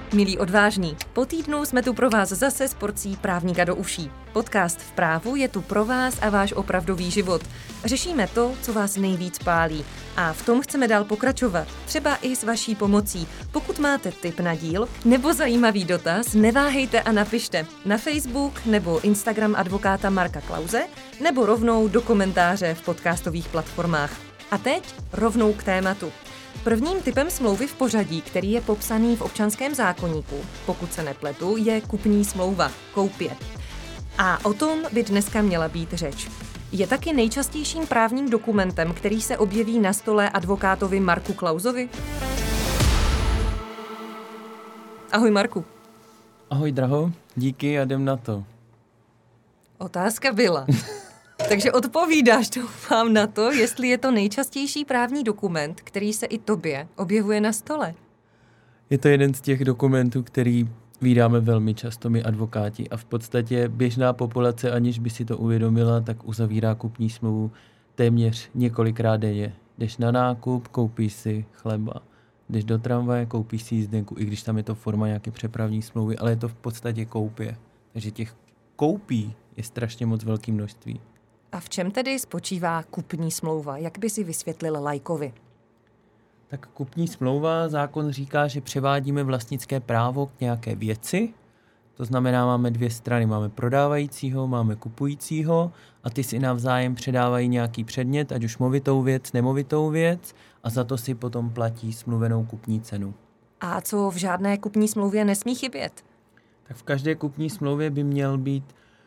Milí odvážní, po týdnu jsme tu pro vás zase s porcí právníka do uší. Podcast V právu je tu pro vás a váš opravdový život. Řešíme to, co vás nejvíc pálí. A v tom chceme dál pokračovat. Třeba i s vaší pomocí. Pokud máte tip na díl nebo zajímavý dotaz, neváhejte a napište na Facebook nebo Instagram advokáta Marka Klause nebo rovnou do komentáře v podcastových platformách. A teď rovnou k tématu. Prvním typem smlouvy v pořadí, který je popsaný v občanském zákoníku, pokud se nepletu, je kupní smlouva, koupě. A o tom by dneska měla být řeč. Je taky nejčastějším právním dokumentem, který se objeví na stole advokátovi Marku Klausovi. Ahoj Marku. Ahoj draho, díky a jdem na to. Otázka byla. Takže odpovídáš, doufám, na to, jestli je to nejčastější právní dokument, který se i tobě objevuje na stole. Je to jeden z těch dokumentů, který vídáme velmi často my advokáti a v podstatě běžná populace, aniž by si to uvědomila, tak uzavírá kupní smlouvu téměř několikrát denně. Jdeš na nákup, koupíš si chleba. Jdeš do tramvaje, koupíš si jízdenku, i když tam je to forma nějaké přepravní smlouvy, ale je to v podstatě koupě. Takže těch koupí je strašně moc velké množství. A v čem tedy spočívá kupní smlouva? Jak by si vysvětlil laikovi? Tak kupní smlouva, zákon říká, že převádíme vlastnické právo k nějaké věci. To znamená, máme dvě strany. Máme prodávajícího, máme kupujícího a ty si navzájem předávají nějaký předmět, ať už movitou věc, nemovitou věc a za to si potom platí smluvenou kupní cenu. A co v žádné kupní smlouvě nesmí chybět? Tak v každé kupní smlouvě by měl být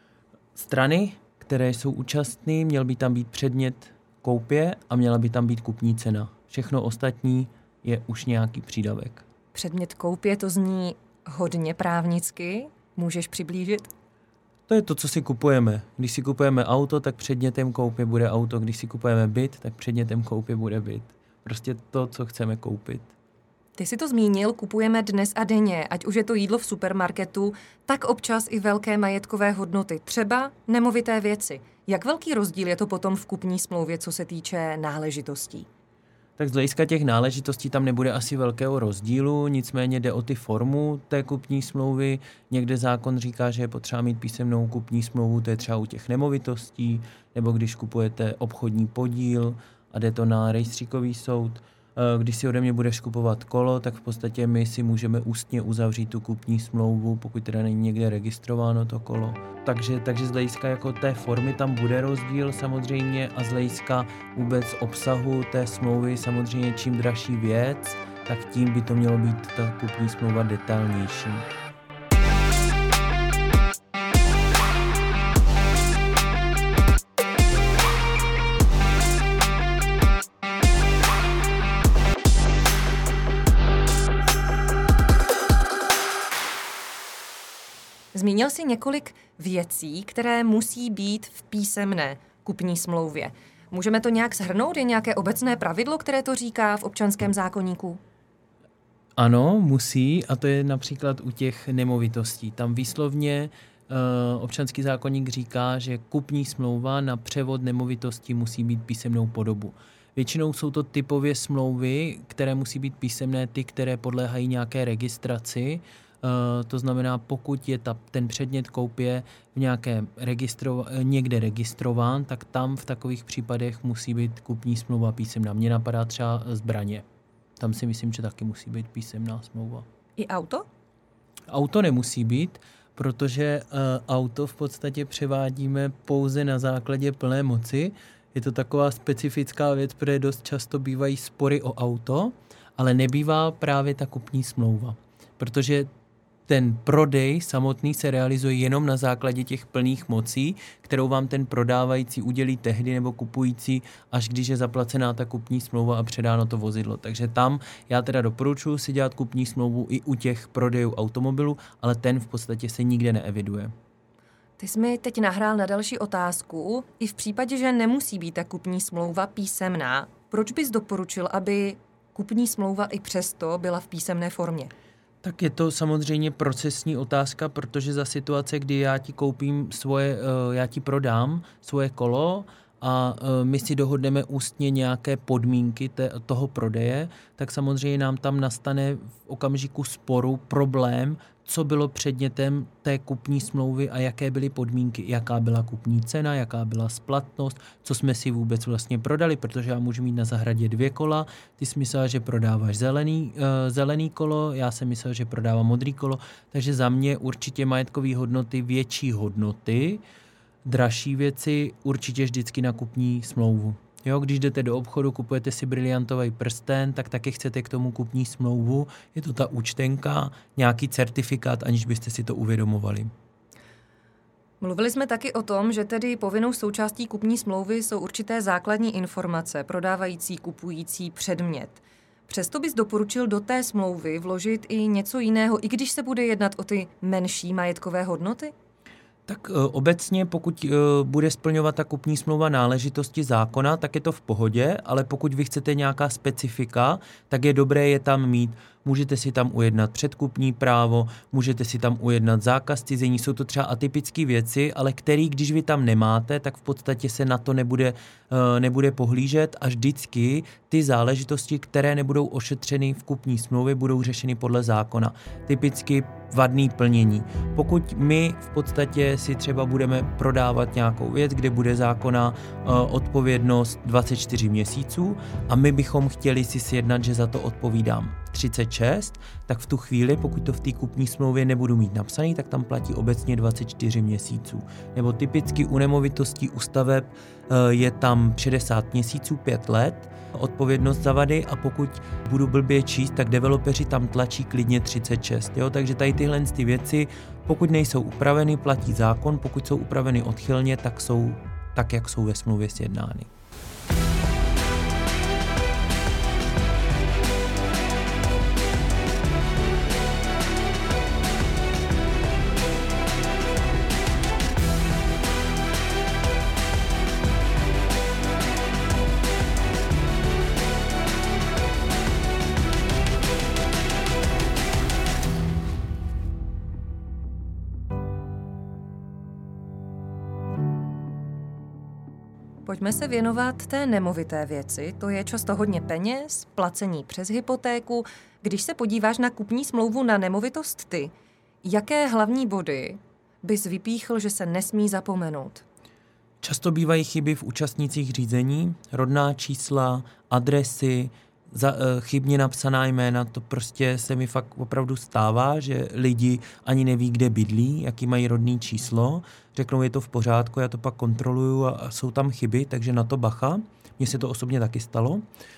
strany, které jsou účastní, měl by tam být předmět koupě a měla by tam být kupní cena. Všechno ostatní je už nějaký přídavek. Předmět koupě, to zní hodně právnicky. Můžeš přiblížit? To je to, co si kupujeme. Když si kupujeme auto, tak předmětem koupě bude auto. Když si kupujeme byt, tak předmětem koupě bude byt. Prostě to, co chceme koupit. Ty jsi to zmínil, kupujeme dnes a denně, ať už je to jídlo v supermarketu, tak občas i velké majetkové hodnoty, třeba nemovité věci. Jak velký rozdíl je to potom v kupní smlouvě, co se týče náležitostí? Tak z hlediska těch náležitostí tam nebude asi velkého rozdílu, nicméně jde o ty formu té kupní smlouvy. Někde zákon říká, že je potřeba mít písemnou kupní smlouvu, to je třeba u těch nemovitostí, nebo když kupujete obchodní podíl a jde to na rejstříkový soud. Když si ode mě budeš kupovat kolo, tak v podstatě my si můžeme ústně uzavřít tu kupní smlouvu, pokud teda není někde registrováno to kolo. Takže z hlediska jako té formy tam bude rozdíl samozřejmě a z hlediska vůbec obsahu té smlouvy samozřejmě čím dražší věc, tak tím by to mělo být ta kupní smlouva detailnější. Zmínil jsi několik věcí, které musí být v písemné kupní smlouvě. Můžeme to nějak shrnout? Je nějaké obecné pravidlo, které to říká v občanském zákoníku? Ano, musí, a to je například u těch nemovitostí. Tam výslovně občanský zákoník říká, že kupní smlouva na převod nemovitosti musí být písemnou podobu. Většinou jsou to typově smlouvy, které musí být písemné, ty, které podléhají nějaké registraci. To znamená, pokud je ten předmět koupě v někde registrován, tak tam v takových případech musí být kupní smlouva písemná. Mně napadá třeba zbraně. Tam si myslím, že taky musí být písemná smlouva. I auto? Auto nemusí být, protože auto v podstatě převádíme pouze na základě plné moci. Je to taková specifická věc, protože dost často bývají spory o auto, ale nebývá právě ta kupní smlouva. Protože ten prodej samotný se realizuje jenom na základě těch plných mocí, kterou vám ten prodávající udělí tehdy nebo kupující, až když je zaplacená ta kupní smlouva a předáno to vozidlo. Takže tam já teda doporučuji si dělat kupní smlouvu i u těch prodejů automobilu, ale ten v podstatě se nikde neeviduje. Ty jsi mi teď nahrál na další otázku. I v případě, že nemusí být ta kupní smlouva písemná, proč bys doporučil, aby kupní smlouva i přesto byla v písemné formě? Tak je to samozřejmě procesní otázka, protože za situace, kdy já ti prodám svoje kolo a my si dohodneme ústně nějaké podmínky toho prodeje, tak samozřejmě nám tam nastane v okamžiku sporu problém, co bylo předmětem té kupní smlouvy a jaké byly podmínky, jaká byla kupní cena, jaká byla splatnost, co jsme si vůbec vlastně prodali, protože já můžu mít na zahradě 2 kola, ty jsi myslel, že prodáváš zelený kolo, já jsem myslel, že prodávám modrý kolo, takže za mě určitě majetkové hodnoty, větší hodnoty, dražší věci určitě vždycky na kupní smlouvu. Jo, když jdete do obchodu, kupujete si briliantový prsten, tak taky chcete k tomu kupní smlouvu. Je to ta účtenka, nějaký certifikát, aniž byste si to uvědomovali. Mluvili jsme taky o tom, že tedy povinnou součástí kupní smlouvy jsou určité základní informace, prodávající, kupující předmět. Přesto bys doporučil do té smlouvy vložit i něco jiného, i když se bude jednat o ty menší majetkové hodnoty? Tak obecně, pokud bude splňovat ta kupní smlouva náležitosti zákona, tak je to v pohodě, ale pokud vy chcete nějaká specifika, tak je dobré je tam mít. Můžete si tam ujednat předkupní právo, můžete si tam ujednat zákaz cizení, jsou to třeba atypické věci, ale který, když vy tam nemáte, tak v podstatě se na to nebude pohlížet a vždycky ty záležitosti, které nebudou ošetřeny v kupní smlouvě, budou řešeny podle zákona. Typicky vadný plnění. Pokud my v podstatě si třeba budeme prodávat nějakou věc, kde bude zákonná odpovědnost 24 měsíců a my bychom chtěli si sjednat, že za to odpovídám 36, tak v tu chvíli, pokud to v té kupní smlouvě nebudu mít napsaný, tak tam platí obecně 24 měsíců. Nebo typicky u nemovitostí, u staveb je tam 60 měsíců, 5 let, odpovědnost za vady a pokud budu blbě číst, tak developeři tam tlačí klidně 36. Jo? Takže tady tyhle ty věci, pokud nejsou upraveny, platí zákon, pokud jsou upraveny odchylně, tak jsou tak, jak jsou ve smlouvě sjednány. Pojďme se věnovat té nemovité věci, to je často hodně peněz, placení přes hypotéku. Když se podíváš na kupní smlouvu na nemovitost ty, jaké hlavní body bys vypíchl, že se nesmí zapomenout? Často bývají chyby v účastnících řízení, rodná čísla, adresy, chybně napsaná jména, to prostě se mi fakt opravdu stává, že lidi ani neví, kde bydlí, jaký mají rodný číslo, řeknou, je to v pořádku, já to pak kontroluju a jsou tam chyby, takže na to bacha. Mně se to osobně taky stalo,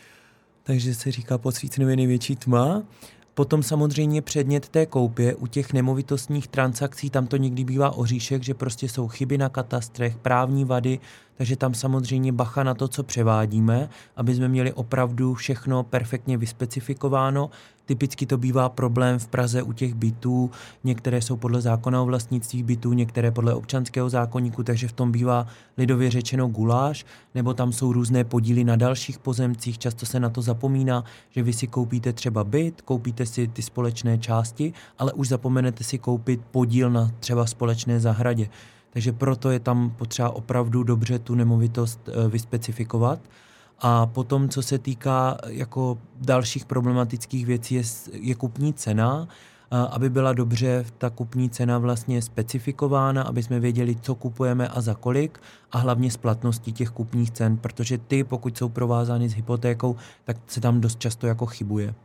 takže se říká pod svícnem je největší tma. Potom samozřejmě předmět té koupě, u těch nemovitostních transakcí, tam to někdy bývá oříšek, že prostě jsou chyby na katastrech, právní vady, takže tam samozřejmě bacha na to, co převádíme, aby jsme měli opravdu všechno perfektně vyspecifikováno. Typicky to bývá problém v Praze u těch bytů, některé jsou podle zákona o vlastnictví bytů, některé podle občanského zákoníku, takže v tom bývá lidově řečeno guláš, nebo tam jsou různé podíly na dalších pozemcích, často se na to zapomíná, že vy si koupíte třeba byt, koupíte si ty společné části, ale už zapomenete si koupit podíl na třeba společné zahradě. Takže proto je tam potřeba opravdu dobře tu nemovitost vyspecifikovat. A potom, co se týká jako dalších problematických věcí, je kupní cena, aby byla dobře ta kupní cena vlastně specifikována, aby jsme věděli, co kupujeme a za kolik a hlavně splatnosti těch kupních cen, protože ty, pokud jsou provázány s hypotékou, tak se tam dost často jako chybuje.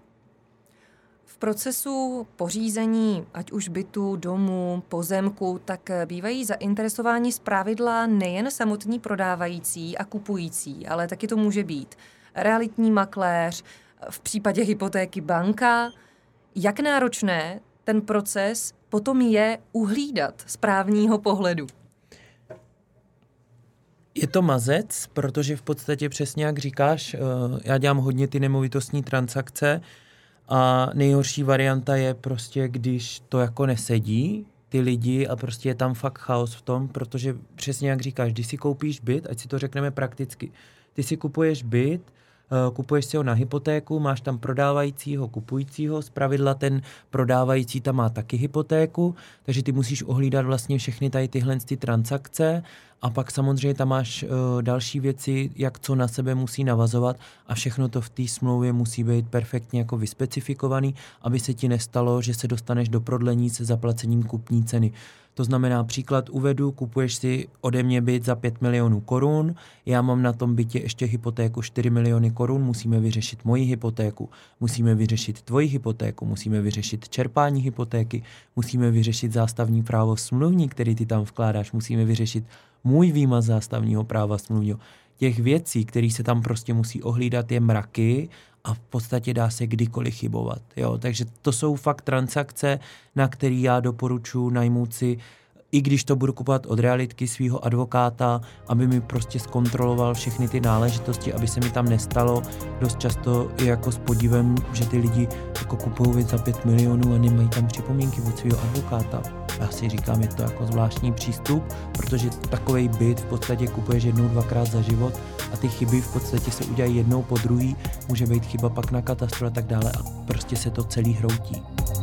V procesu pořízení, ať už bytu, domu, pozemku, tak bývají zainteresováni zpravidla nejen samotní prodávající a kupující, ale taky to může být realitní makléř, v případě hypotéky banka. Jak náročné ten proces potom je uhlídat z právního pohledu? Je to mazec, protože v podstatě přesně jak říkáš, já dělám hodně ty nemovitostní transakce, a nejhorší varianta je prostě, když to jako nesedí ty lidi a prostě je tam fakt chaos v tom, protože přesně jak říkáš, když si koupíš byt, ať si to řekneme prakticky, ty si kupuješ byt, kupuješ si ho na hypotéku, máš tam prodávajícího, kupujícího, zpravidla ten prodávající tam má taky hypotéku, takže ty musíš ohlídat vlastně všechny tady tyhle transakce a pak samozřejmě tam máš další věci, jak co na sebe musí navazovat a všechno to v té smlouvě musí být perfektně jako vyspecifikovaný, aby se ti nestalo, že se dostaneš do prodlení se zaplacením kupní ceny. To znamená, příklad uvedu, kupuješ si ode mě byt za 5 milionů korun, já mám na tom bytě ještě hypotéku 4 miliony korun, musíme vyřešit moji hypotéku, musíme vyřešit tvoji hypotéku, musíme vyřešit čerpání hypotéky, musíme vyřešit zástavní právo smluvní, který ty tam vkládáš, musíme vyřešit můj výmaz zástavního práva smluvního. Těch věcí, které se tam prostě musí ohlídat, je mraky a v podstatě dá se kdykoliv chybovat. Jo? Takže to jsou fakt transakce, na které já doporučuji najmout si, i když to budu kupovat od realitky, svého advokáta, aby mi prostě zkontroloval všechny ty náležitosti, aby se mi tam nestalo dost často i jako s podívem, že ty lidi jako kupují věc za 5 milionů a nemají tam připomínky od svého advokáta. Já si říkám, je to jako zvláštní přístup, protože takovej byt v podstatě kupuješ jednou, dvakrát za život a ty chyby v podstatě se udělají jednou po druhý, může být chyba pak na katastru a tak dále a prostě se to celý hroutí.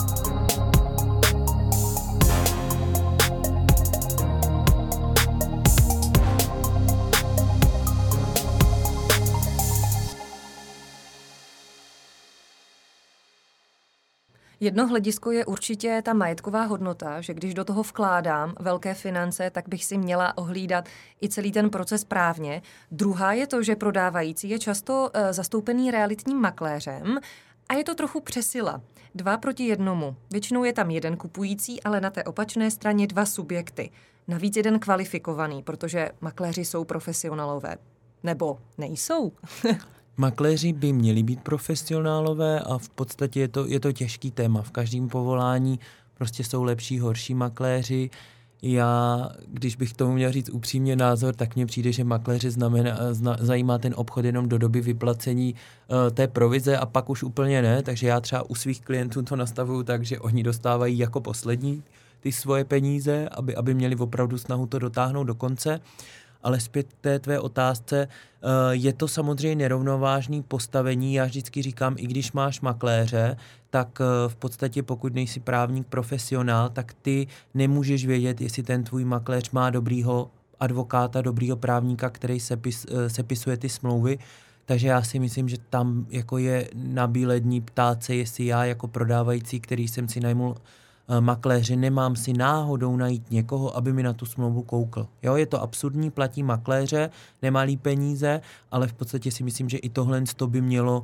Jedno hledisko je určitě ta majetková hodnota, že když do toho vkládám velké finance, tak bych si měla ohlídat i celý ten proces právně. Druhá je to, že prodávající je často zastoupený realitním makléřem a je to trochu přesila. 2 proti 1. Většinou je tam jeden kupující, ale na té opačné straně 2 subjekty. Navíc jeden kvalifikovaný, protože makléři jsou profesionálové. Nebo nejsou? Makléři by měli být profesionálové a v podstatě je to těžký téma. V každém povolání prostě jsou lepší, horší makléři. Já, když bych tomu měl říct upřímně názor, tak mně přijde, že makléře zajímá ten obchod jenom do doby vyplacení té provize a pak už úplně ne. Takže já třeba u svých klientů to nastavuju tak, že oni dostávají jako poslední ty svoje peníze, aby měli opravdu snahu to dotáhnout do konce. Ale zpět té tvé otázce, je to samozřejmě nerovnovážný postavení. Já vždycky říkám, i když máš makléře, tak v podstatě pokud nejsi právník profesionál, tak ty nemůžeš vědět, jestli ten tvůj makléř má dobrýho advokáta, dobrýho právníka, který sepisuje ty smlouvy. Takže já si myslím, že tam jako je na bílé dní ptát se, jestli já jako prodávající, který jsem si najmul makléře, nemám si náhodou najít někoho, aby mi na tu smlouvu koukl. Jo, je to absurdní, platí makléře, nemalý peníze, ale v podstatě si myslím, že i tohle by mělo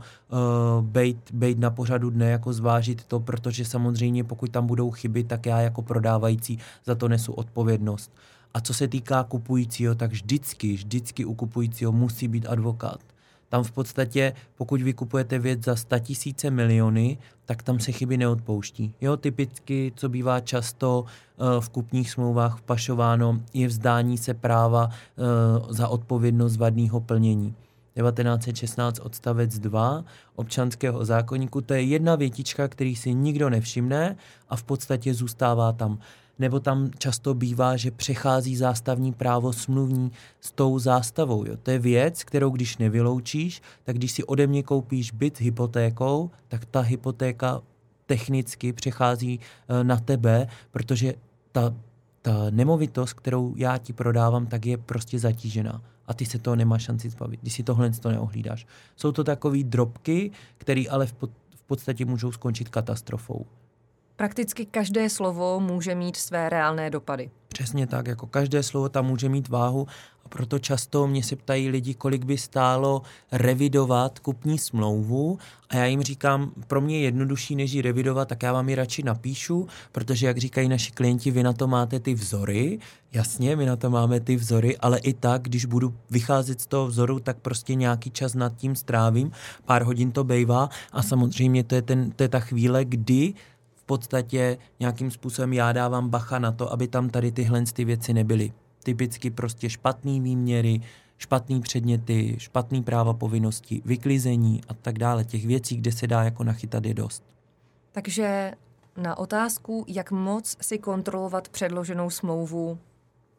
být na pořadu dne, jako zvážit to, protože samozřejmě pokud tam budou chyby, tak já jako prodávající za to nesu odpovědnost. A co se týká kupujícího, tak vždycky u kupujícího musí být advokát. Tam v podstatě, pokud vy kupujete věc za 100 000 miliony, tak tam se chyby neodpouští. Jo, typicky, co bývá často v kupních smlouvách vpašováno, je vzdání se práva za odpovědnost vadného plnění. 1916 odstavec 2 občanského zákoníku, to je jedna větička, který si nikdo nevšimne a v podstatě zůstává tam. Nebo tam často bývá, že přechází zástavní právo smluvní s tou zástavou. Jo. To je věc, kterou když nevyloučíš, tak když si ode mě koupíš byt s hypotékou, tak ta hypotéka technicky přechází na tebe, protože ta nemovitost, kterou já ti prodávám, tak je prostě zatížená. A ty se toho nemáš šanci zbavit, když si tohle neohlídáš. Jsou to takové drobky, které ale v podstatě můžou skončit katastrofou. Prakticky každé slovo může mít své reálné dopady. Přesně tak, jako každé slovo tam může mít váhu a proto často mě se ptají lidi, kolik by stálo revidovat kupní smlouvu a já jim říkám, pro mě je jednodušší, než ji revidovat, tak já vám ji radši napíšu, protože jak říkají naši klienti, vy na to máte ty vzory, jasně, my na to máme ty vzory, ale i tak, když budu vycházet z toho vzoru, tak prostě nějaký čas nad tím strávím, pár hodin to bejvá a samozřejmě to je ta chvíle, kdy v podstatě nějakým způsobem já dávám bacha na to, aby tam tady tyhle věci nebyly. Typicky prostě špatný výměry, špatný předměty, špatný práva povinnosti, vyklizení a tak dále. Těch věcí, kde se dá jako nachytat, je dost. Takže na otázku, jak moc si kontrolovat předloženou smlouvu,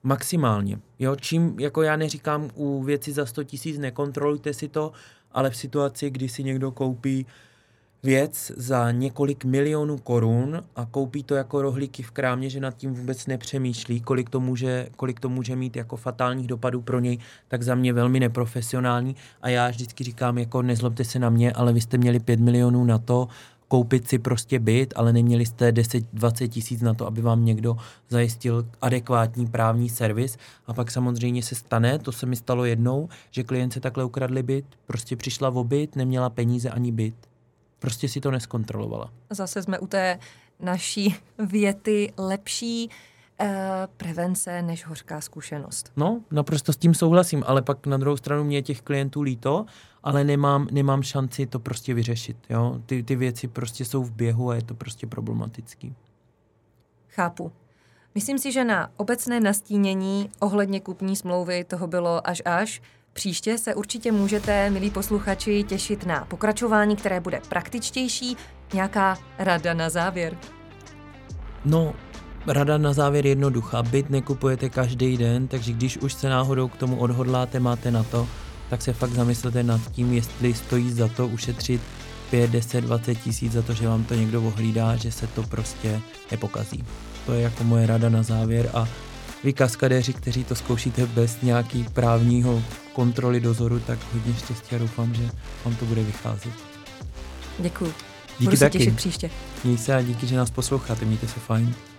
Maximálně. Jo, čím, jako já neříkám u věci za 100 000 nekontrolujte si to, ale v situaci, kdy si někdo koupí věc za několik milionů korun a koupí to jako rohlíky v krámě, že nad tím vůbec nepřemýšlí, kolik to může mít jako fatálních dopadů pro něj, tak za mě velmi neprofesionální. A já vždycky říkám, jako nezlobte se na mě, ale vy jste měli 5 milionů na to, koupit si prostě byt, ale neměli jste 10-20 tisíc na to, aby vám někdo zajistil adekvátní právní servis. A pak samozřejmě se stane, to se mi stalo jednou, že klientce takhle ukradli byt, prostě přišla o byt, neměla peníze ani byt. Prostě si to neskontrolovala. Zase jsme u té naší věty lepší prevence než hořká zkušenost. No, naprosto s tím souhlasím, ale pak na druhou stranu mě je těch klientů líto, ale nemám šanci to prostě vyřešit. Jo? Ty věci prostě jsou v běhu a je to prostě problematický. Chápu. Myslím si, že na obecné nastínění ohledně kupní smlouvy toho bylo až. Příště se určitě můžete, milí posluchači, těšit na pokračování, které bude praktičtější. Nějaká rada na závěr? No, rada na závěr jednoduchá. Byt nekupujete každý den, takže když už se náhodou k tomu odhodláte, máte na to, tak se fakt zamyslete nad tím, jestli stojí za to ušetřit 5, 10, 20 tisíc za to, že vám to někdo ohlídá, že se to prostě nepokazí. To je jako moje rada na závěr a vy kaskadéři, kteří to zkoušíte bez nějaký právního kontroly dozoru, tak hodně štěstí a doufám, že vám to bude vycházet. Děkuju. Díky Budu se taky. těšit příště. Měj se a díky, že nás posloucháte. Mějte se fajn.